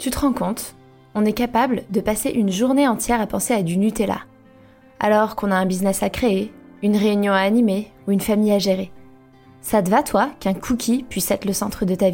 Tu te rends compte ? On est capable de passer une journée entière à penser à du Nutella, alors qu'on a un business à créer, une réunion à animer ou une famille à gérer. Ça te va, toi, qu'un cookie puisse être le centre de ta vie ?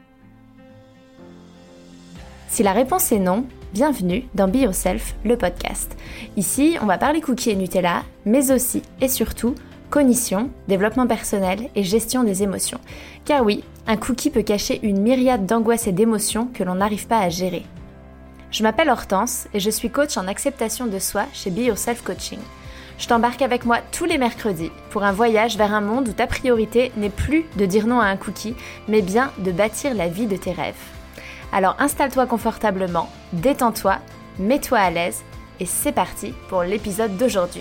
Si la réponse est non, bienvenue dans Be Yourself, le podcast. Ici, on va parler cookies et Nutella, mais aussi et surtout cognition, développement personnel et gestion des émotions. Car oui, un cookie peut cacher une myriade d'angoisses et d'émotions que l'on n'arrive pas à gérer. Je m'appelle Hortense et je suis coach en acceptation de soi chez Be Yourself Coaching. Je t'embarque avec moi tous les mercredis pour un voyage vers un monde où ta priorité n'est plus de dire non à un cookie, mais bien de bâtir la vie de tes rêves. Alors installe-toi confortablement, détends-toi, mets-toi à l'aise et c'est parti pour l'épisode d'aujourd'hui.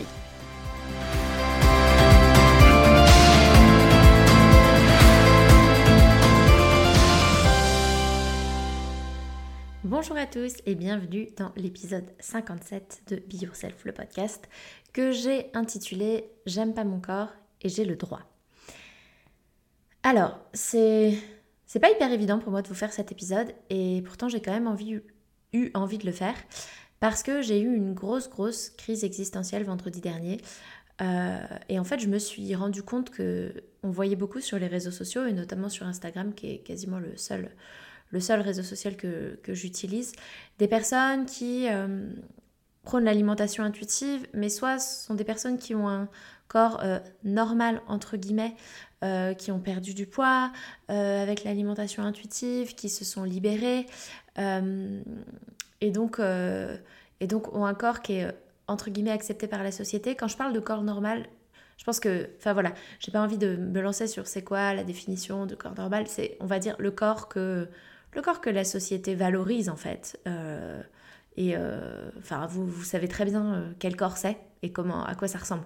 Bonjour à tous et bienvenue dans l'épisode 57 de Be Yourself, le podcast que j'ai intitulé « J'aime pas mon corps et j'ai le droit ». Alors, c'est pas hyper évident pour moi de vous faire cet épisode et pourtant j'ai quand même eu envie de le faire parce que j'ai eu une grosse crise existentielle vendredi dernier et en fait je me suis rendu compte qu'on voyait beaucoup sur les réseaux sociaux et notamment sur Instagram qui est quasiment le seul réseau social que j'utilise, des personnes qui prônent l'alimentation intuitive, mais soit ce sont des personnes qui ont un corps normal, entre guillemets, qui ont perdu du poids avec l'alimentation intuitive, qui se sont libérées, et donc ont un corps qui est, entre guillemets, accepté par la société. Quand je parle de corps normal, je pense que, j'ai pas envie de me lancer sur c'est quoi la définition de corps normal, c'est, on va dire, le corps que la société valorise en fait. Vous savez très bien quel corps c'est et à quoi ça ressemble.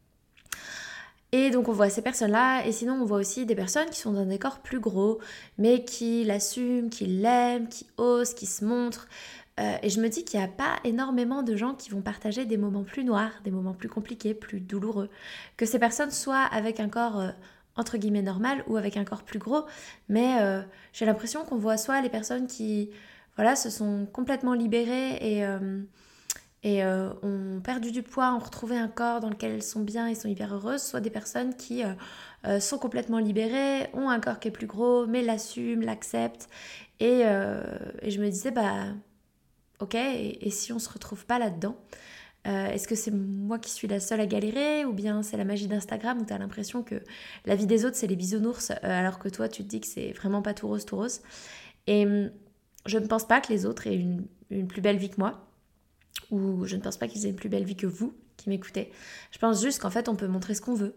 Et donc on voit ces personnes-là, et sinon on voit aussi des personnes qui sont dans des corps plus gros, mais qui l'assument, qui l'aiment, qui osent, qui se montrent. Et je me dis qu'il n'y a pas énormément de gens qui vont partager des moments plus noirs, des moments plus compliqués, plus douloureux. Que ces personnes soient avec un corps entre guillemets normal ou avec un corps plus gros, mais j'ai l'impression qu'on voit soit les personnes qui se sont complètement libérées et ont perdu du poids, ont retrouvé un corps dans lequel elles sont bien et sont hyper heureuses, soit des personnes qui sont complètement libérées, ont un corps qui est plus gros, mais l'assument, l'acceptent. Et je me disais, ok, et si on se retrouve pas là-dedans, est-ce que c'est moi qui suis la seule à galérer ou bien c'est la magie d'Instagram où tu as l'impression que la vie des autres c'est les bisounours alors que toi tu te dis que c'est vraiment pas tout rose. Et je ne pense pas que les autres aient une plus belle vie que moi, ou je ne pense pas qu'ils aient une plus belle vie que vous qui m'écoutez. Je pense juste qu'en fait on peut montrer ce qu'on veut.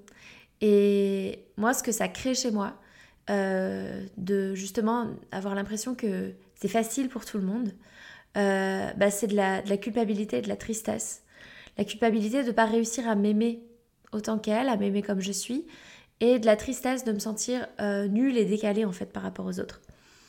Et moi ce que ça crée chez moi, de justement avoir l'impression que c'est facile pour tout le monde, c'est de la culpabilité et de la tristesse. La culpabilité de ne pas réussir à m'aimer autant qu'elle, à m'aimer comme je suis, et de la tristesse de me sentir nulle et décalée en fait par rapport aux autres.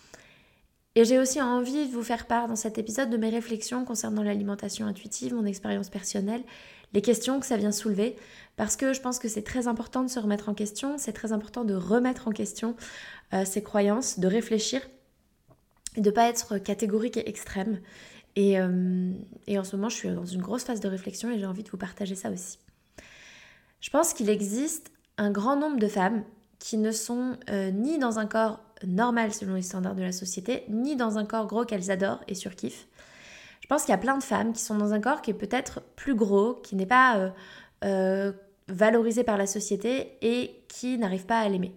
Et j'ai aussi envie de vous faire part dans cet épisode de mes réflexions concernant l'alimentation intuitive, mon expérience personnelle, les questions que ça vient soulever, parce que je pense que c'est très important de se remettre en question, c'est très important de remettre en question ses croyances, de réfléchir et de ne pas être catégorique et extrême. Et en ce moment, je suis dans une grosse phase de réflexion et j'ai envie de vous partager ça aussi. Je pense qu'il existe un grand nombre de femmes qui ne sont ni dans un corps normal selon les standards de la société, ni dans un corps gros qu'elles adorent et surkiffent. Je pense qu'il y a plein de femmes qui sont dans un corps qui est peut-être plus gros, qui n'est pas valorisé par la société et qui n'arrivent pas à l'aimer.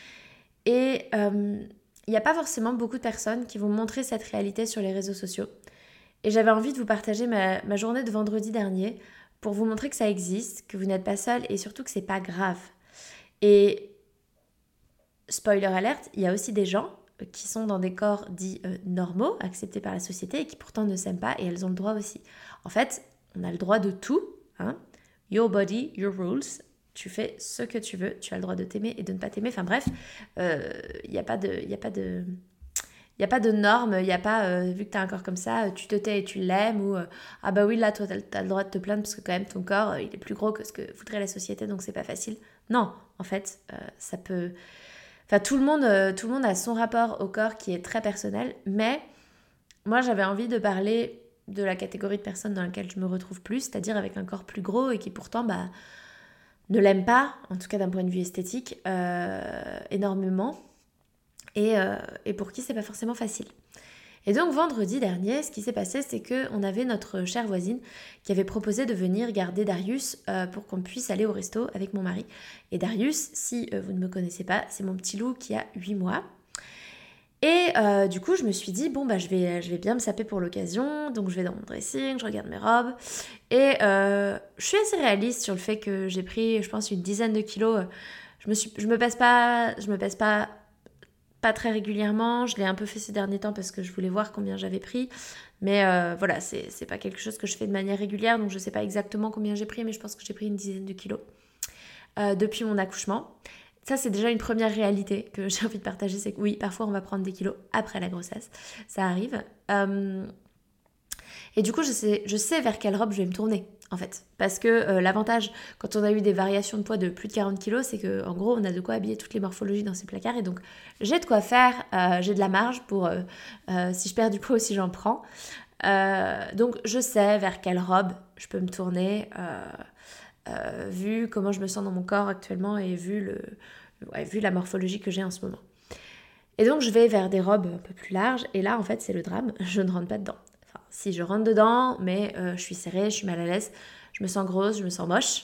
Et il n'y a pas forcément beaucoup de personnes qui vont montrer cette réalité sur les réseaux sociaux. Et j'avais envie de vous partager ma journée de vendredi dernier pour vous montrer que ça existe, que vous n'êtes pas seul et surtout que c'est pas grave. Et spoiler alert, il y a aussi des gens qui sont dans des corps dits normaux, acceptés par la société et qui pourtant ne s'aiment pas et elles ont le droit aussi. En fait, on a le droit de tout, hein. Your body, your rules. Tu fais ce que tu veux, tu as le droit de t'aimer et de ne pas t'aimer. Enfin bref, il n'y a pas de normes, il n'y a pas, vu que tu as un corps comme ça, tu te tais et tu l'aimes, ou ah bah oui, là, toi, tu as le droit de te plaindre parce que quand même ton corps, il est plus gros que ce que voudrait la société, donc c'est pas facile. Non, en fait, ça peut... Enfin, tout le monde a son rapport au corps qui est très personnel, mais moi j'avais envie de parler de la catégorie de personnes dans laquelle je me retrouve plus, c'est-à-dire avec un corps plus gros et qui pourtant ne l'aiment pas, en tout cas d'un point de vue esthétique, énormément, et pour qui c'est pas forcément facile. Et donc vendredi dernier, ce qui s'est passé, c'est qu'on avait notre chère voisine qui avait proposé de venir garder Darius pour qu'on puisse aller au resto avec mon mari. Et Darius, si vous ne me connaissez pas, c'est mon petit loup qui a 8 mois. Et du coup, je me suis dit, bon, bah, je vais bien me saper pour l'occasion. Donc, je vais dans mon dressing, je regarde mes robes. Et je suis assez réaliste sur le fait que j'ai pris, je pense, une dizaine de kilos. Je me pèse pas très régulièrement. Je l'ai un peu fait ces derniers temps parce que je voulais voir combien j'avais pris. Mais voilà, c'est pas quelque chose que je fais de manière régulière. Donc, je sais pas exactement combien j'ai pris, mais je pense que j'ai pris une dizaine de kilos depuis mon accouchement. Ça, c'est déjà une première réalité que j'ai envie de partager, c'est que oui, parfois on va prendre des kilos après la grossesse, ça arrive. Et du coup, je sais vers quelle robe je vais me tourner, en fait. Parce que l'avantage, quand on a eu des variations de poids de plus de 40 kilos, c'est qu'en gros, on a de quoi habiller toutes les morphologies dans ces placards. Et donc, j'ai de quoi faire, j'ai de la marge pour si je perds du poids ou si j'en prends. Donc, je sais vers quelle robe je peux me tourner. Vu comment je me sens dans mon corps actuellement et vu la morphologie que j'ai en ce moment. Et donc je vais vers des robes un peu plus larges et là en fait c'est le drame, je ne rentre pas dedans. Enfin si je rentre dedans mais je suis serrée, je suis mal à l'aise, je me sens grosse, je me sens moche.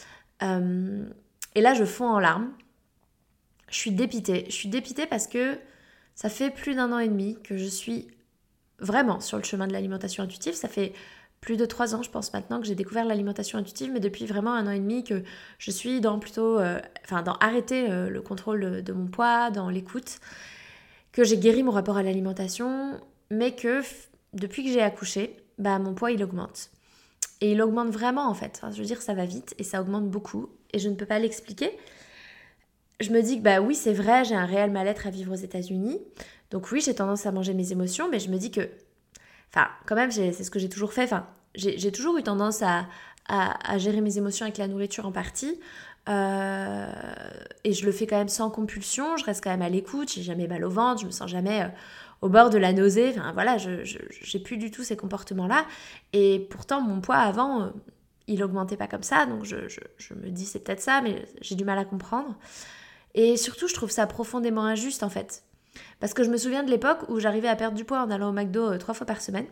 Et là je fonds en larmes. Je suis dépitée parce que ça fait plus d'1 an et demi que je suis vraiment sur le chemin de l'alimentation intuitive. Ça fait plus de 3 ans, je pense maintenant, que j'ai découvert l'alimentation intuitive, mais depuis vraiment 1 an et demi que je suis dans dans arrêter le contrôle de mon poids, dans l'écoute, que j'ai guéri mon rapport à l'alimentation, mais que depuis que j'ai accouché, mon poids il augmente. Et il augmente vraiment en fait. Enfin, je veux dire, ça va vite et ça augmente beaucoup et je ne peux pas l'expliquer. Je me dis que oui, c'est vrai, j'ai un réel mal-être à vivre aux États-Unis. Donc oui, j'ai tendance à manger mes émotions, mais je me dis que enfin, quand même, c'est ce que j'ai toujours fait. Enfin, j'ai toujours eu tendance à gérer mes émotions avec la nourriture en partie. Et je le fais quand même sans compulsion. Je reste quand même à l'écoute. J'ai jamais mal au ventre. Je me sens jamais au bord de la nausée. Enfin, voilà, j'ai plus du tout ces comportements-là. Et pourtant, mon poids avant, il augmentait pas comme ça. Donc, je me dis, c'est peut-être ça, mais j'ai du mal à comprendre. Et surtout, je trouve ça profondément injuste, en fait. Parce que je me souviens de l'époque où j'arrivais à perdre du poids en allant au McDo 3 fois par semaine.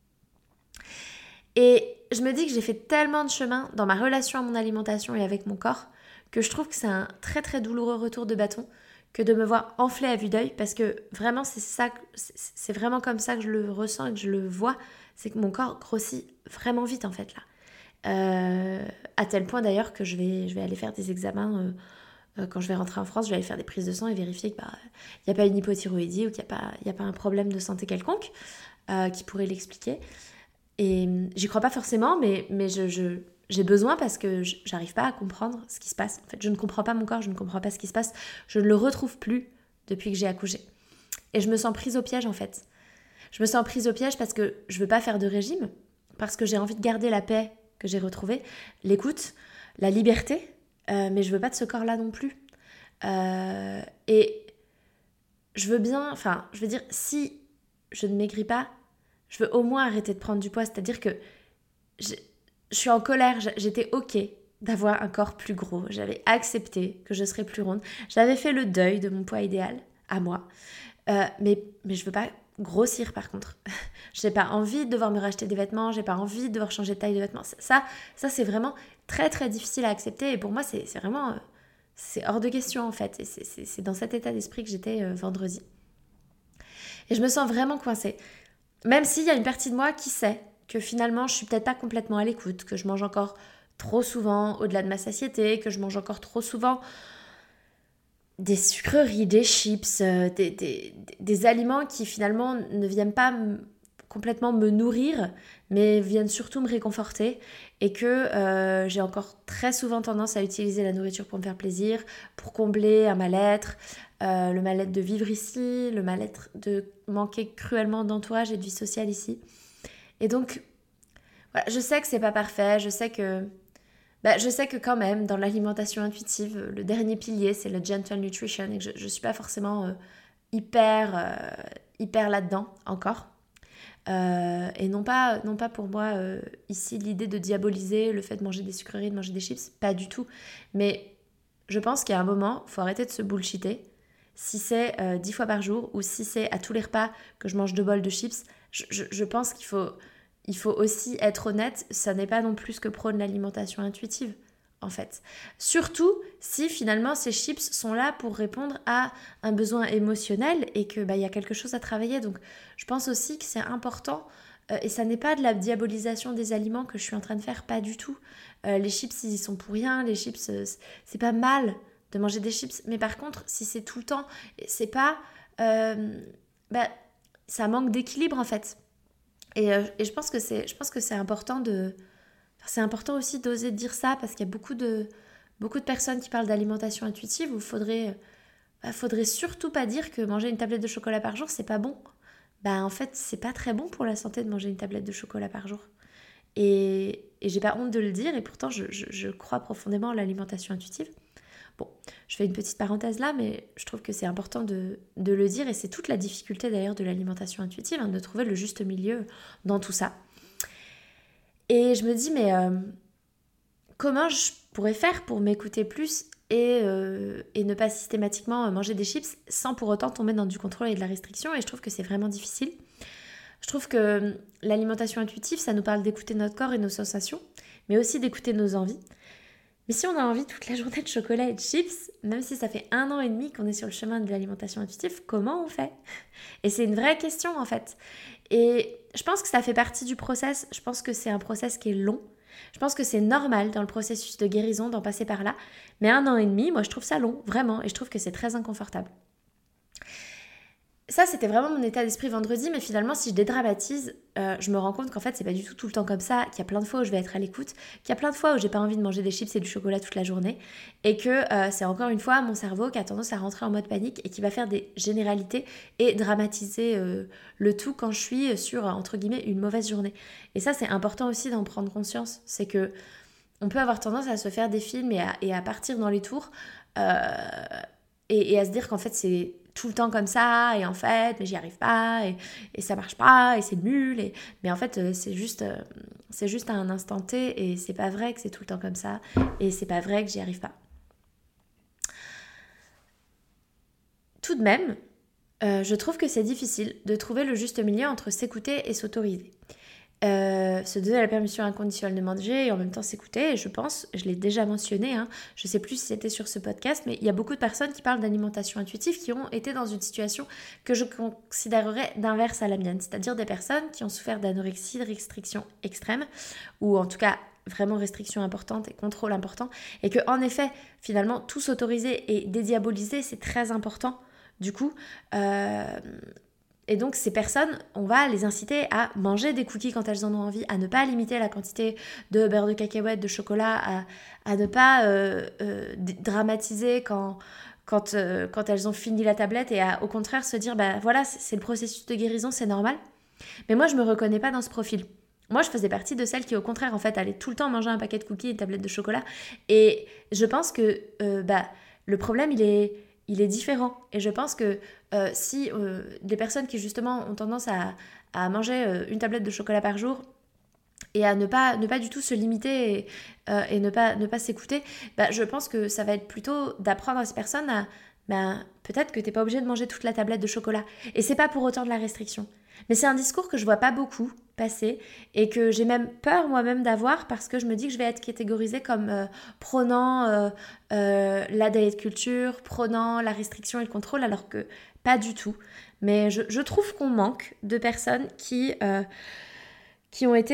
Et je me dis que j'ai fait tellement de chemin dans ma relation à mon alimentation et avec mon corps que je trouve que c'est un très très douloureux retour de bâton que de me voir enfler à vue d'œil parce que vraiment c'est vraiment comme ça que je le ressens et que je le vois, c'est que mon corps grossit vraiment vite en fait là. À tel point d'ailleurs que je vais aller faire des examens quand je vais rentrer en France, je vais aller faire des prises de sang et vérifier qu'il n'y a pas une hypothyroïdie ou qu'il n'y a pas un problème de santé quelconque qui pourrait l'expliquer. Et j'y crois pas forcément, mais j'ai besoin parce que j'arrive pas à comprendre ce qui se passe. En fait, je ne comprends pas mon corps, je ne comprends pas ce qui se passe. Je ne le retrouve plus depuis que j'ai accouché. Et je me sens prise au piège en fait. Je me sens prise au piège parce que je veux pas faire de régime, parce que j'ai envie de garder la paix que j'ai retrouvée, l'écoute, la liberté, mais je veux pas de ce corps-là non plus. Et je veux bien, enfin, je veux dire, si je ne maigris pas, je veux au moins arrêter de prendre du poids. C'est-à-dire que je suis en colère, j'étais ok d'avoir un corps plus gros. J'avais accepté que je serais plus ronde. J'avais fait le deuil de mon poids idéal à moi. Mais je veux pas grossir par contre. J'ai pas envie de devoir me racheter des vêtements, j'ai pas envie de devoir changer de taille de vêtements. Ça c'est vraiment très très difficile à accepter et pour moi c'est vraiment c'est hors de question en fait. Et c'est dans cet état d'esprit que j'étais vendredi. Et je me sens vraiment coincée. Même s'il y a une partie de moi qui sait que finalement je suis peut-être pas complètement à l'écoute, que je mange encore trop souvent au-delà de ma satiété, que je mange encore trop souvent des sucreries, des chips, des aliments qui finalement ne viennent pas complètement me nourrir, mais viennent surtout me réconforter et que j'ai encore très souvent tendance à utiliser la nourriture pour me faire plaisir, pour combler un mal-être, le mal-être de vivre ici, le mal-être de manquer cruellement d'entourage et de vie sociale ici. Et donc, voilà, je sais que c'est pas parfait, je sais que quand même, dans l'alimentation intuitive, le dernier pilier, c'est le gentle nutrition et que je suis pas forcément hyper là-dedans encore. Et non pas pour moi ici l'idée de diaboliser le fait de manger des sucreries, de manger des chips, pas du tout. Mais je pense qu'il y a un moment, il faut arrêter de se bullshiter. Si c'est 10 fois par jour ou si c'est à tous les repas que je mange 2 bols de chips, je pense il faut aussi être honnête, ça n'est pas non plus ce que prône l'alimentation intuitive, en fait. Surtout si finalement ces chips sont là pour répondre à un besoin émotionnel et que y a quelque chose à travailler. Donc je pense aussi que c'est important, et ça n'est pas de la diabolisation des aliments que je suis en train de faire, pas du tout. Les chips, ils y sont pour rien, les chips, c'est pas mal de manger des chips, mais par contre, si c'est tout le temps, c'est pas... ça manque d'équilibre en fait. Et je pense que c'est important de... C'est important aussi d'oser dire ça parce qu'il y a beaucoup de personnes qui parlent d'alimentation intuitive où faudrait surtout pas dire que manger une tablette de chocolat par jour, c'est pas bon. En fait, c'est pas très bon pour la santé de manger une tablette de chocolat par jour. Et j'ai pas honte de le dire, et pourtant je crois profondément à l'alimentation intuitive. Bon, je fais une petite parenthèse là, mais je trouve que c'est important de le dire, et c'est toute la difficulté d'ailleurs de l'alimentation intuitive, de trouver le juste milieu dans tout ça. Et je me dis, mais comment je pourrais faire pour m'écouter plus et ne pas systématiquement manger des chips sans pour autant tomber dans du contrôle et de la restriction, et je trouve que c'est vraiment difficile. Je trouve que l'alimentation intuitive, ça nous parle d'écouter notre corps et nos sensations, mais aussi d'écouter nos envies. Mais si on a envie toute la journée de chocolat et de chips, même si ça fait 1 an et demi qu'on est sur le chemin de l'alimentation intuitive, comment on fait ? Et c'est une vraie question en fait. Et je pense que ça fait partie du process. Je pense que c'est un process qui est long. Je pense que c'est normal dans le processus de guérison d'en passer par là. Mais 1 an et demi, moi je trouve ça long, vraiment. Et je trouve que c'est très inconfortable. Ça, c'était vraiment mon état d'esprit vendredi, mais finalement, si je dédramatise, je me rends compte qu'en fait, c'est pas du tout le temps comme ça, qu'il y a plein de fois où je vais être à l'écoute, qu'il y a plein de fois où j'ai pas envie de manger des chips et du chocolat toute la journée, et que c'est encore une fois mon cerveau qui a tendance à rentrer en mode panique et qui va faire des généralités et dramatiser le tout quand je suis sur, entre guillemets, une mauvaise journée. Et ça, c'est important aussi d'en prendre conscience, c'est que on peut avoir tendance à se faire des films et à partir dans les tours, et à se dire qu'en fait, c'est tout le temps comme ça, et en fait, mais j'y arrive pas, et ça marche pas, et c'est nul, mais en fait, c'est juste à un instant T, et c'est pas vrai que c'est tout le temps comme ça, et c'est pas vrai que j'y arrive pas. Tout de même, je trouve que c'est difficile de trouver le juste milieu entre s'écouter et s'autoriser. Se donner la permission inconditionnelle de manger et en même temps s'écouter, et je pense, je l'ai déjà mentionné, je sais plus si c'était sur ce podcast, mais il y a beaucoup de personnes qui parlent d'alimentation intuitive qui ont été dans une situation que je considérerais d'inverse à la mienne, c'est-à-dire des personnes qui ont souffert d'anorexie, de restriction extrême, ou en tout cas vraiment restriction importante et contrôle important, et que en effet, finalement, tout s'autoriser et dédiaboliser, c'est très important. Du coup, et donc ces personnes, on va les inciter à manger des cookies quand elles en ont envie, à ne pas limiter la quantité de beurre de cacahuète, de chocolat, à ne pas dramatiser quand elles ont fini la tablette, et à au contraire se dire, voilà, c'est le processus de guérison, c'est normal. Mais moi, je me reconnais pas dans ce profil. Moi, je faisais partie de celles qui, au contraire, en fait, allaient tout le temps manger un paquet de cookies et une tablette de chocolat. Et je pense que le problème, il est différent. Et je pense que si des personnes qui, justement, ont tendance à manger une tablette de chocolat par jour et à ne pas du tout se limiter et ne pas s'écouter, je pense que ça va être plutôt d'apprendre à ces personnes à peut-être que t'es pas obligé de manger toute la tablette de chocolat. Et c'est pas pour autant de la restriction. Mais c'est un discours que je vois pas beaucoup passer et que j'ai même peur moi-même d'avoir, parce que je me dis que je vais être catégorisée comme prônant la diet culture, prônant la restriction et le contrôle, alors que pas du tout. Mais je trouve qu'on manque de personnes qui ont été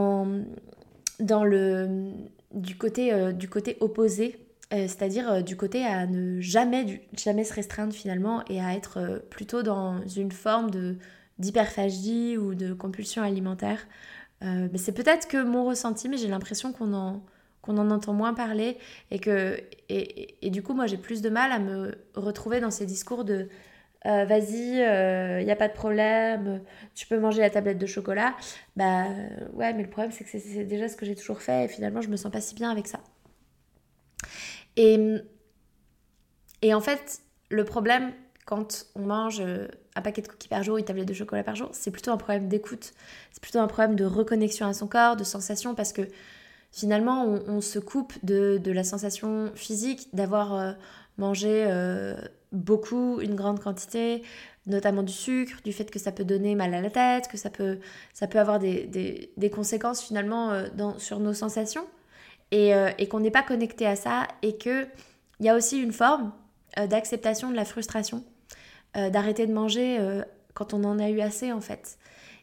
du côté opposé, c'est-à-dire du côté à ne jamais se restreindre finalement, et à être plutôt dans une forme d'hyperphagie ou de compulsion alimentaire. Mais c'est peut-être que mon ressenti, mais j'ai l'impression qu'on en entend moins parler, et du coup moi j'ai plus de mal à me retrouver dans ces discours de vas-y, y a pas de problème, tu peux manger la tablette de chocolat. Ouais, mais le problème c'est que c'est déjà ce que j'ai toujours fait, et finalement je me sens pas si bien avec ça. Et en fait, le problème quand on mange un paquet de cookies par jour, une tablette de chocolat par jour, c'est plutôt un problème d'écoute, c'est plutôt un problème de reconnexion à son corps, de sensation, parce que finalement, on se coupe de la sensation physique d'avoir mangé beaucoup, une grande quantité, notamment du sucre, du fait que ça peut donner mal à la tête, que ça peut avoir des conséquences finalement sur nos sensations, et qu'on n'est pas connecté à ça, et qu'il y a aussi une forme d'acceptation de la frustration, d'arrêter de manger quand on en a eu assez en fait.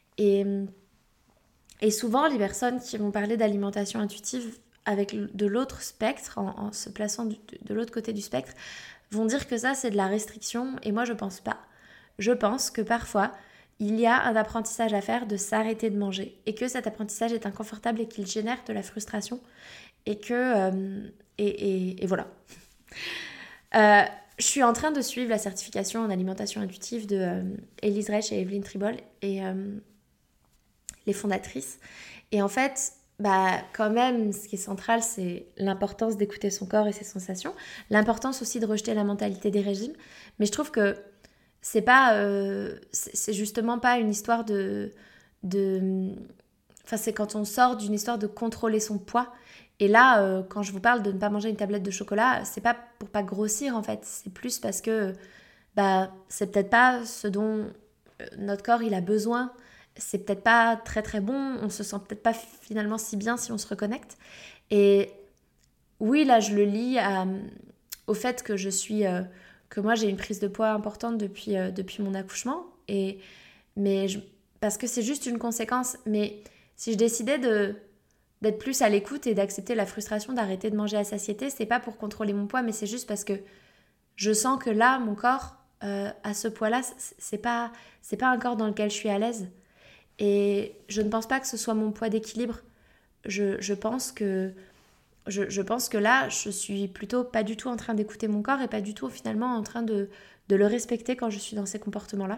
Et souvent, les personnes qui vont parler d'alimentation intuitive avec de l'autre spectre, en se plaçant de l'autre côté du spectre, vont dire que ça, c'est de la restriction. Et moi, je pense pas. Je pense que parfois, il y a un apprentissage à faire de s'arrêter de manger. Et que cet apprentissage est inconfortable et qu'il génère de la frustration. Et que... et voilà. Je suis en train de suivre la certification en alimentation intuitive de Élise Reich et Evelyne Tribol. Et... les fondatrices. Et en fait, quand même, ce qui est central, c'est l'importance d'écouter son corps et ses sensations, l'importance aussi de rejeter la mentalité des régimes. Mais je trouve que c'est justement pas une histoire enfin, c'est quand on sort d'une histoire de contrôler son poids. Et là, quand je vous parle de ne pas manger une tablette de chocolat, c'est pas pour pas grossir en fait, c'est plus parce que c'est peut-être pas ce dont notre corps il a besoin. C'est peut-être pas très très bon, on se sent peut-être pas finalement si bien si on se reconnecte. Et oui, là je le lie au fait que que moi j'ai une prise de poids importante depuis mon accouchement, parce que c'est juste une conséquence. Mais si je décidais d'être plus à l'écoute et d'accepter la frustration d'arrêter de manger à satiété, c'est pas pour contrôler mon poids, mais c'est juste parce que je sens que là mon corps à ce poids-là, c'est pas un corps dans lequel je suis à l'aise. Et je ne pense pas que ce soit mon poids d'équilibre. Je pense que là, je suis plutôt pas du tout en train d'écouter mon corps et pas du tout finalement en train de le respecter quand je suis dans ces comportements-là.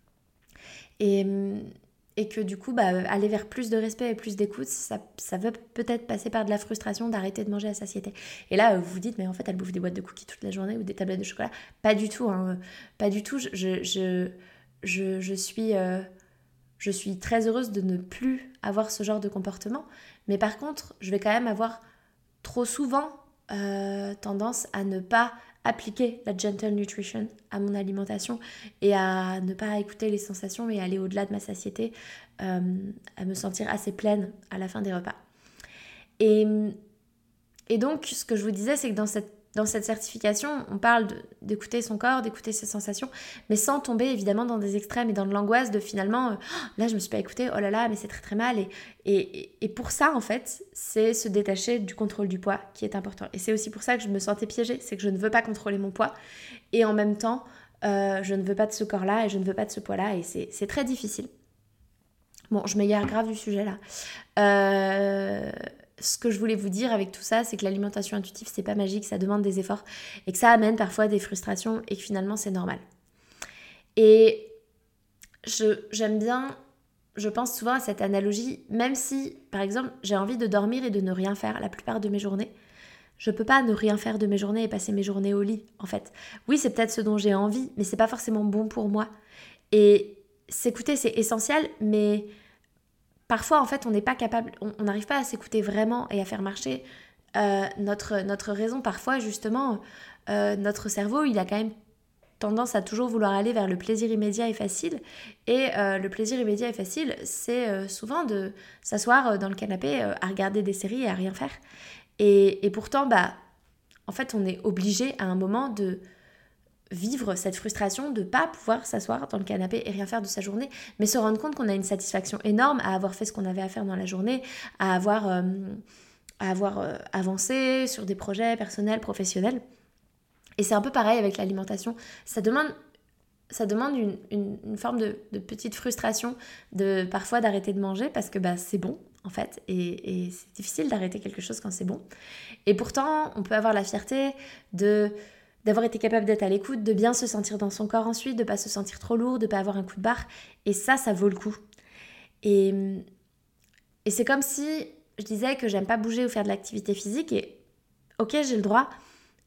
Et que du coup, aller vers plus de respect et plus d'écoute, ça veut peut-être passer par de la frustration d'arrêter de manger à satiété. Et là, vous vous dites, mais en fait, elle bouffe des boîtes de cookies toute la journée ou des tablettes de chocolat. Pas du tout, hein. Pas du tout. Je suis très heureuse de ne plus avoir ce genre de comportement. Mais par contre, je vais quand même avoir trop souvent tendance à ne pas appliquer la gentle nutrition à mon alimentation et à ne pas écouter les sensations et aller au-delà de ma satiété, à me sentir assez pleine à la fin des repas. Et donc, ce que je vous disais, c'est que dans cette certification, on parle d'écouter son corps, d'écouter ses sensations, mais sans tomber évidemment dans des extrêmes et dans de l'angoisse de finalement, là je me suis pas écoutée, oh là là, mais c'est très très mal. Et pour ça, en fait, c'est se détacher du contrôle du poids qui est important. Et c'est aussi pour ça que je me sentais piégée, c'est que je ne veux pas contrôler mon poids. Et en même temps, je ne veux pas de ce corps-là et je ne veux pas de ce poids-là. Et c'est très difficile. Bon, je m'égare grave du sujet là. Ce que je voulais vous dire avec tout ça, c'est que l'alimentation intuitive, c'est pas magique, ça demande des efforts et que ça amène parfois des frustrations et que finalement c'est normal. Et j'aime bien, je pense souvent à cette analogie, même si par exemple j'ai envie de dormir et de ne rien faire la plupart de mes journées, je peux pas ne rien faire de mes journées et passer mes journées au lit en fait. Oui, c'est peut-être ce dont j'ai envie, mais c'est pas forcément bon pour moi. Et s'écouter, c'est essentiel, mais parfois, en fait, on n'est pas capable, on n'arrive pas à s'écouter vraiment et à faire marcher notre raison. Parfois, justement, notre cerveau, il a quand même tendance à toujours vouloir aller vers le plaisir immédiat et facile. Et le plaisir immédiat et facile, c'est souvent de s'asseoir dans le canapé à regarder des séries et à rien faire. Et pourtant, en fait, on est obligé à un moment de vivre cette frustration de ne pas pouvoir s'asseoir dans le canapé et rien faire de sa journée, mais se rendre compte qu'on a une satisfaction énorme à avoir fait ce qu'on avait à faire dans la journée, à avoir avancé sur des projets personnels, professionnels. Et c'est un peu pareil avec l'alimentation. Ça demande une forme de petite frustration parfois d'arrêter de manger parce que c'est bon en fait et c'est difficile d'arrêter quelque chose quand c'est bon. Et pourtant, on peut avoir la fierté d'avoir été capable d'être à l'écoute, de bien se sentir dans son corps ensuite, de ne pas se sentir trop lourd, de ne pas avoir un coup de barre. Et ça vaut le coup. Et c'est comme si je disais que j'aime pas bouger ou faire de l'activité physique. Et ok, j'ai le droit,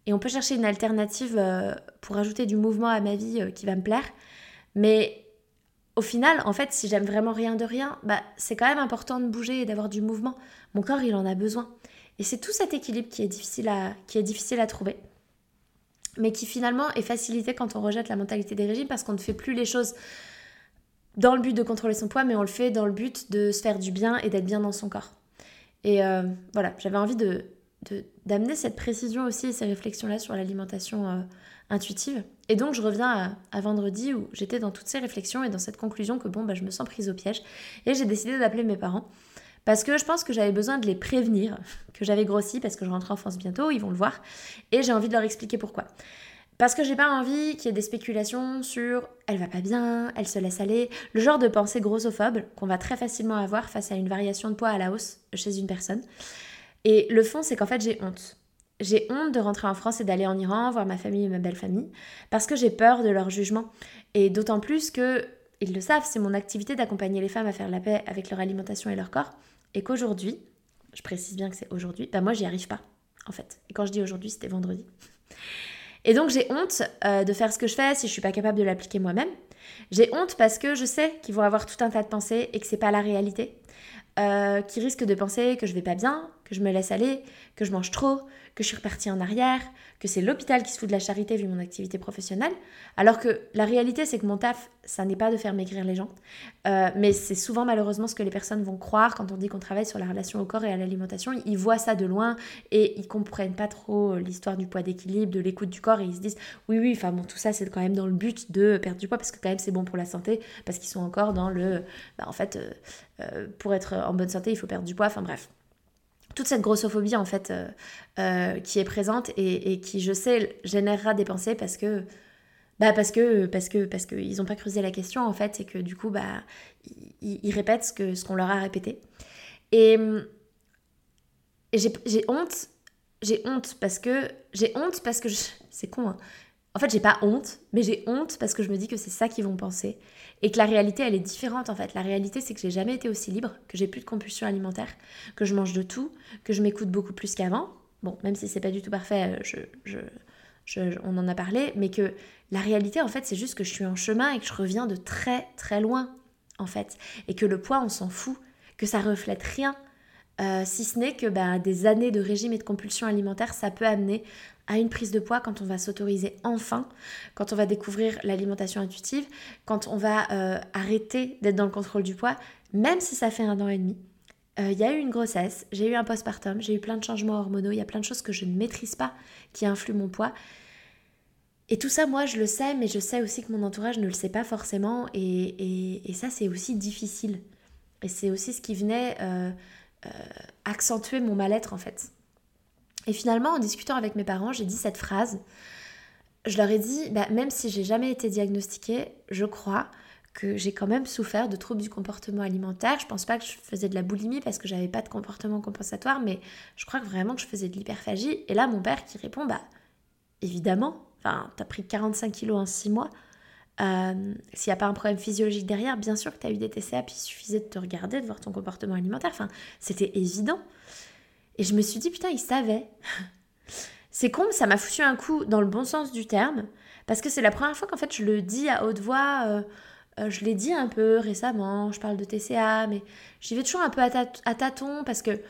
Et on peut chercher une alternative pour ajouter du mouvement à ma vie qui va me plaire. Mais au final, en fait, si j'aime vraiment rien de rien, c'est quand même important de bouger et d'avoir du mouvement. Mon corps, il en a besoin. Et c'est tout cet équilibre qui est difficile à trouver, mais qui finalement est facilité quand on rejette la mentalité des régimes parce qu'on ne fait plus les choses dans le but de contrôler son poids, mais on le fait dans le but de se faire du bien et d'être bien dans son corps. Et voilà, j'avais envie d'amener cette précision aussi et ces réflexions-là sur l'alimentation intuitive. Et donc je reviens à vendredi où j'étais dans toutes ces réflexions et dans cette conclusion que je me sens prise au piège. Et j'ai décidé d'appeler mes parents parce que je pense que j'avais besoin de les prévenir que j'avais grossi parce que je rentre en France bientôt, ils vont le voir. Et j'ai envie de leur expliquer pourquoi. Parce que j'ai pas envie qu'il y ait des spéculations sur elle va pas bien, elle se laisse aller, le genre de pensée grossophobe qu'on va très facilement avoir face à une variation de poids à la hausse chez une personne. Et le fond, c'est qu'en fait, j'ai honte. J'ai honte de rentrer en France et d'aller en Iran, voir ma famille et ma belle famille, parce que j'ai peur de leur jugement. Et d'autant plus que, ils le savent, c'est mon activité d'accompagner les femmes à faire la paix avec leur alimentation et leur corps, et qu'aujourd'hui, je précise bien que c'est aujourd'hui, moi j'y arrive pas, en fait. Et quand je dis aujourd'hui, c'était vendredi. Et donc j'ai honte de faire ce que je fais si je suis pas capable de l'appliquer moi-même. J'ai honte parce que je sais qu'ils vont avoir tout un tas de pensées et que c'est pas la réalité. Qui risquent de penser que je vais pas bien, que je me laisse aller, que je mange trop, que je suis repartie en arrière, que c'est l'hôpital qui se fout de la charité vu mon activité professionnelle. Alors que la réalité, c'est que mon taf, ça n'est pas de faire maigrir les gens. Mais c'est souvent malheureusement ce que les personnes vont croire quand on dit qu'on travaille sur la relation au corps et à l'alimentation. Ils voient ça de loin et ils comprennent pas trop l'histoire du poids d'équilibre, de l'écoute du corps et ils se disent oui, enfin bon, tout ça c'est quand même dans le but de perdre du poids parce que quand même c'est bon pour la santé, parce qu'ils sont encore dans le... pour être en bonne santé, il faut perdre du poids, enfin bref. Toute cette grossophobie en fait qui est présente et qui je sais générera des pensées parce que ils n'ont pas creusé la question en fait et que du coup ils répètent ce qu'on leur a répété et j'ai honte parce que c'est con hein. En fait, j'ai pas honte, mais j'ai honte parce que je me dis que c'est ça qu'ils vont penser. Et que la réalité, elle est différente en fait. La réalité, c'est que j'ai jamais été aussi libre, que j'ai plus de compulsion alimentaire, que je mange de tout, que je m'écoute beaucoup plus qu'avant. Bon, même si c'est pas du tout parfait, on en a parlé, mais que la réalité, en fait, c'est juste que je suis en chemin et que je reviens de très très loin, en fait. Et que le poids, on s'en fout, que ça reflète rien. Si ce n'est que des années de régime et de compulsion alimentaire, ça peut amener à une prise de poids quand on va s'autoriser enfin, quand on va découvrir l'alimentation intuitive, quand on va arrêter d'être dans le contrôle du poids, même si ça fait 1 an et demi. Il y a eu une grossesse, j'ai eu un postpartum, j'ai eu plein de changements hormonaux, il y a plein de choses que je ne maîtrise pas qui influent mon poids. Et tout ça, moi, je le sais, mais je sais aussi que mon entourage ne le sait pas forcément, et ça, c'est aussi difficile. Et c'est aussi ce qui venait accentuer mon mal-être, en fait. Et finalement, en discutant avec mes parents, j'ai dit cette phrase. Je leur ai dit, même si j'ai jamais été diagnostiquée, je crois que j'ai quand même souffert de troubles du comportement alimentaire. Je pense pas que je faisais de la boulimie parce que j'avais pas de comportement compensatoire, mais je crois que vraiment que je faisais de l'hyperphagie. Et là, mon père qui répond, évidemment, t'as pris 45 kilos en 6 mois. S'il n'y a pas un problème physiologique derrière, bien sûr que tu as eu des TCA, puis il suffisait de te regarder, de voir ton comportement alimentaire. C'était évident. Et je me suis dit, putain, il savait. C'est con, ça m'a foutu un coup dans le bon sens du terme, parce que c'est la première fois qu'en fait je le dis à haute voix. Je l'ai dit un peu récemment, je parle de TCA, mais j'y vais toujours un peu à tâtons, parce que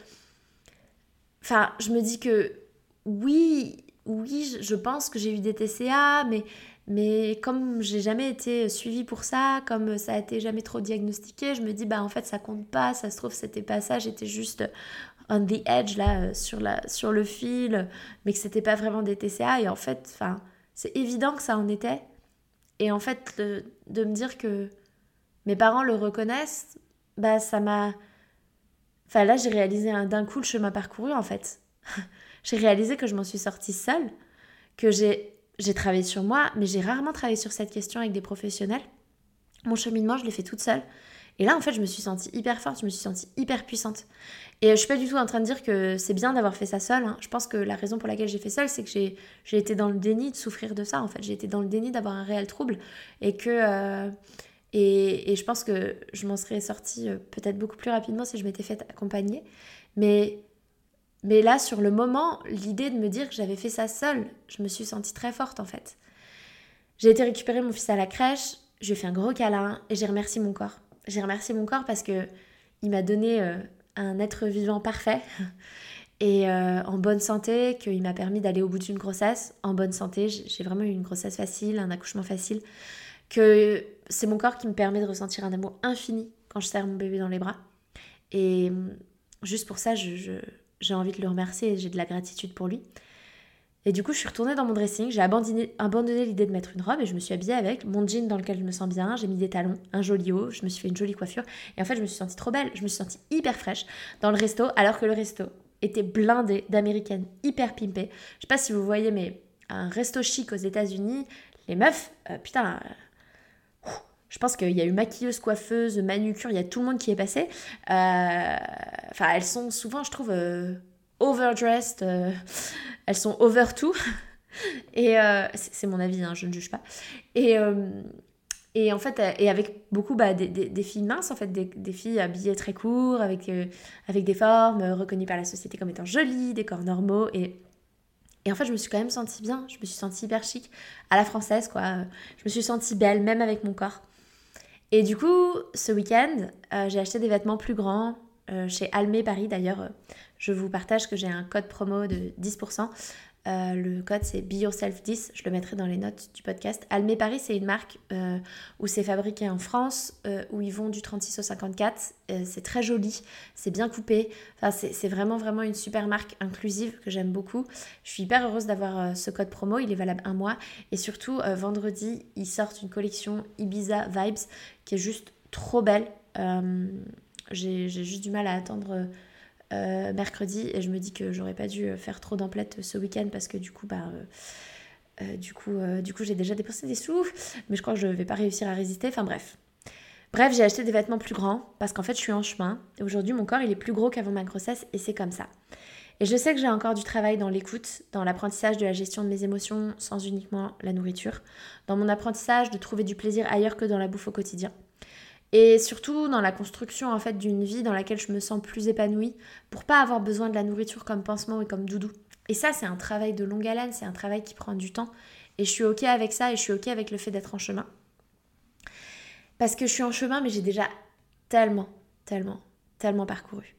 je me dis que oui, je pense que j'ai eu des TCA, mais comme j'ai jamais été suivie pour ça, comme ça a été jamais trop diagnostiqué, je me dis en fait ça compte pas, ça se trouve c'était pas ça, j'étais juste on the edge là sur le fil, mais que c'était pas vraiment des TCA. Et en fait c'est évident que ça en était, et en fait de me dire que mes parents le reconnaissent, ça m'a... là j'ai réalisé d'un coup le chemin parcouru en fait. J'ai réalisé que je m'en suis sortie seule, que j'ai travaillé sur moi, mais j'ai rarement travaillé sur cette question avec des professionnels. Mon cheminement, je l'ai fait toute seule. Et là, en fait, je me suis sentie hyper forte, je me suis sentie hyper puissante. Et je suis pas du tout en train de dire que c'est bien d'avoir fait ça seule. Hein. Je pense que la raison pour laquelle j'ai fait seule, c'est que j'ai été dans le déni de souffrir de ça, en fait. J'ai été dans le déni d'avoir un réel trouble. Et que... et je pense que je m'en serais sortie peut-être beaucoup plus rapidement si je m'étais fait accompagner. Mais Mais là, sur le moment, l'idée de me dire que j'avais fait ça seule, je me suis sentie très forte en fait. J'ai été récupérer mon fils à la crèche, je lui ai fait un gros câlin et j'ai remercié mon corps. J'ai remercié mon corps parce que il m'a donné un être vivant parfait et en bonne santé, qu'il m'a permis d'aller au bout d'une grossesse en bonne santé. J'ai vraiment eu une grossesse facile, un accouchement facile, que c'est mon corps qui me permet de ressentir un amour infini quand je serre mon bébé dans les bras. Et juste pour ça, j'ai envie de le remercier et j'ai de la gratitude pour lui. Et du coup, je suis retournée dans mon dressing, j'ai abandonné l'idée de mettre une robe et je me suis habillée avec mon jean dans lequel je me sens bien, j'ai mis des talons, un joli haut, je me suis fait une jolie coiffure et en fait, je me suis sentie trop belle, je me suis sentie hyper fraîche dans le resto alors que le resto était blindé d'américaines hyper pimpées. Je sais pas si vous voyez, mais un resto chic aux États-Unis, les meufs, je pense qu'il y a eu maquilleuse, coiffeuse, manucure, il y a tout le monde qui est passé. Enfin, elles sont souvent, je trouve, overdressed, elles sont over tout. Et c'est mon avis, hein, je ne juge pas. Et, et en fait, et avec beaucoup des filles minces, en fait, des filles habillées très court, avec des formes reconnues par la société comme étant jolies, des corps normaux. Et en fait, je me suis quand même sentie bien, je me suis sentie hyper chic, à la française, quoi. Je me suis sentie belle, même avec mon corps. Et du coup, ce week-end, j'ai acheté des vêtements plus grands chez Almé Paris. D'ailleurs, je vous partage que j'ai un code promo de 10%. Le code, c'est Be Yourself 10. Je le mettrai dans les notes du podcast. Almé Paris, c'est une marque où c'est fabriqué en France, où ils vont du 36 au 54. C'est très joli, c'est bien coupé. Enfin, c'est vraiment, vraiment une super marque inclusive que j'aime beaucoup. Je suis hyper heureuse d'avoir ce code promo. Il est valable 1 mois. Et surtout, vendredi, ils sortent une collection Ibiza Vibes qui est juste trop belle. J'ai juste du mal à attendre mercredi et je me dis que j'aurais pas dû faire trop d'emplettes ce week-end parce que du coup j'ai déjà dépensé des sous, mais je crois que je vais pas réussir à résister. Enfin bref, j'ai acheté des vêtements plus grands parce qu'en fait je suis en chemin et aujourd'hui mon corps il est plus gros qu'avant ma grossesse et c'est comme ça. Et je sais que j'ai encore du travail dans l'écoute, dans l'apprentissage de la gestion de mes émotions sans uniquement la nourriture, dans mon apprentissage de trouver du plaisir ailleurs que dans la bouffe au quotidien. Et surtout dans la construction en fait d'une vie dans laquelle je me sens plus épanouie pour pas avoir besoin de la nourriture comme pansement et comme doudou. Et ça c'est un travail de longue haleine, c'est un travail qui prend du temps et je suis ok avec ça et je suis ok avec le fait d'être en chemin. Parce que je suis en chemin mais j'ai déjà tellement parcouru.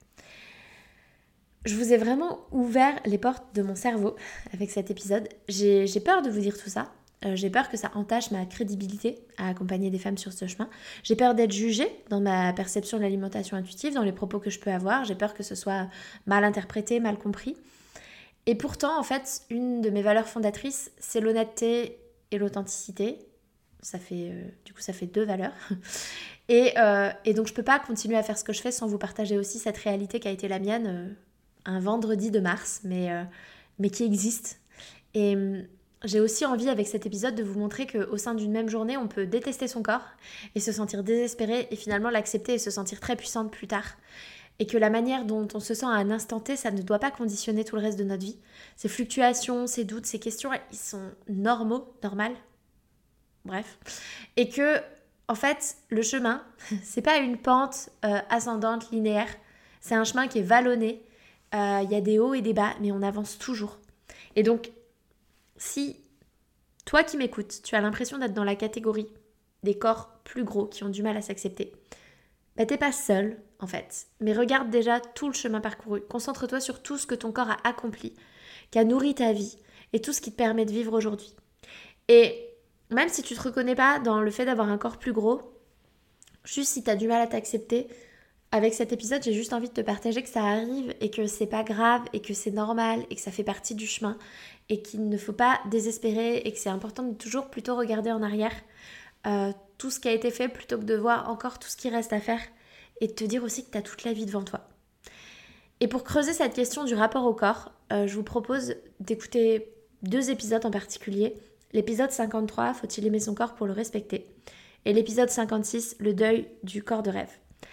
Je vous ai vraiment ouvert les portes de mon cerveau avec cet épisode. J'ai peur de vous dire tout ça. J'ai peur que ça entache ma crédibilité à accompagner des femmes sur ce chemin. J'ai peur d'être jugée dans ma perception de l'alimentation intuitive, dans les propos que je peux avoir. J'ai peur que ce soit mal interprété, mal compris. Et pourtant, en fait, une de mes valeurs fondatrices, c'est l'honnêteté et l'authenticité. Ça fait 2 valeurs. Et donc, je peux pas continuer à faire ce que je fais sans vous partager aussi cette réalité qui a été la mienne un vendredi de mars, mais qui existe. Et j'ai aussi envie avec cet épisode de vous montrer qu'au sein d'une même journée, on peut détester son corps et se sentir désespéré et finalement l'accepter et se sentir très puissante plus tard. Et que la manière dont on se sent à un instant T, ça ne doit pas conditionner tout le reste de notre vie. Ces fluctuations, ces doutes, ces questions, ils sont normales. Bref. Et que, en fait, le chemin, c'est pas une pente ascendante, linéaire. C'est un chemin qui est vallonné. Il y a des hauts et des bas, mais on avance toujours. Et donc, si toi qui m'écoutes, tu as l'impression d'être dans la catégorie des corps plus gros qui ont du mal à s'accepter, bah t'es pas seule en fait. Mais regarde déjà tout le chemin parcouru. Concentre-toi sur tout ce que ton corps a accompli, qui a nourri ta vie et tout ce qui te permet de vivre aujourd'hui. Et même si tu te reconnais pas dans le fait d'avoir un corps plus gros, juste si t'as du mal à t'accepter, avec cet épisode, j'ai juste envie de te partager que ça arrive et que c'est pas grave et que c'est normal et que ça fait partie du chemin et qu'il ne faut pas désespérer et que c'est important de toujours plutôt regarder en arrière tout ce qui a été fait plutôt que de voir encore tout ce qui reste à faire et de te dire aussi que tu as toute la vie devant toi. Et pour creuser cette question du rapport au corps, je vous propose d'écouter 2 épisodes en particulier. L'épisode 53, faut-il aimer son corps pour le respecter ? Et l'épisode 56, le deuil du corps de rêve.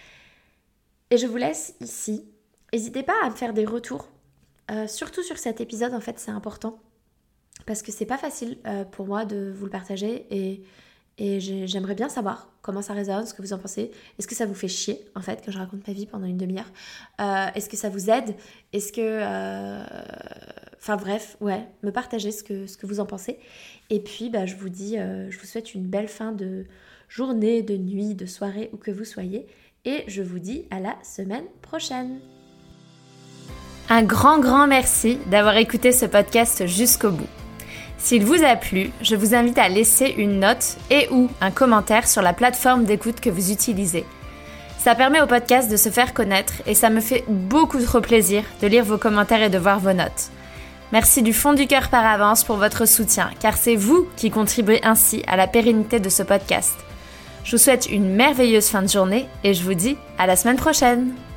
Et je vous laisse ici. N'hésitez pas à me faire des retours. Surtout sur cet épisode, en fait, c'est important. Parce que c'est pas facile pour moi de vous le partager. Et j'aimerais bien savoir comment ça résonne, ce que vous en pensez. Est-ce que ça vous fait chier, en fait, que je raconte ma vie pendant une demi-heure? Est-ce que ça vous aide? Est-ce que... Enfin bref, ouais, me partagez ce que vous en pensez. Et puis, je vous dis, je vous souhaite une belle fin de journée, de nuit, de soirée, où que vous soyez. Et je vous dis à la semaine prochaine. Un grand merci d'avoir écouté ce podcast jusqu'au bout. S'il vous a plu, je vous invite à laisser une note et ou un commentaire sur la plateforme d'écoute que vous utilisez. Ça permet au podcast de se faire connaître et ça me fait beaucoup trop plaisir de lire vos commentaires et de voir vos notes. Merci du fond du cœur par avance pour votre soutien, car c'est vous qui contribuez ainsi à la pérennité de ce podcast. Je vous souhaite une merveilleuse fin de journée et je vous dis à la semaine prochaine.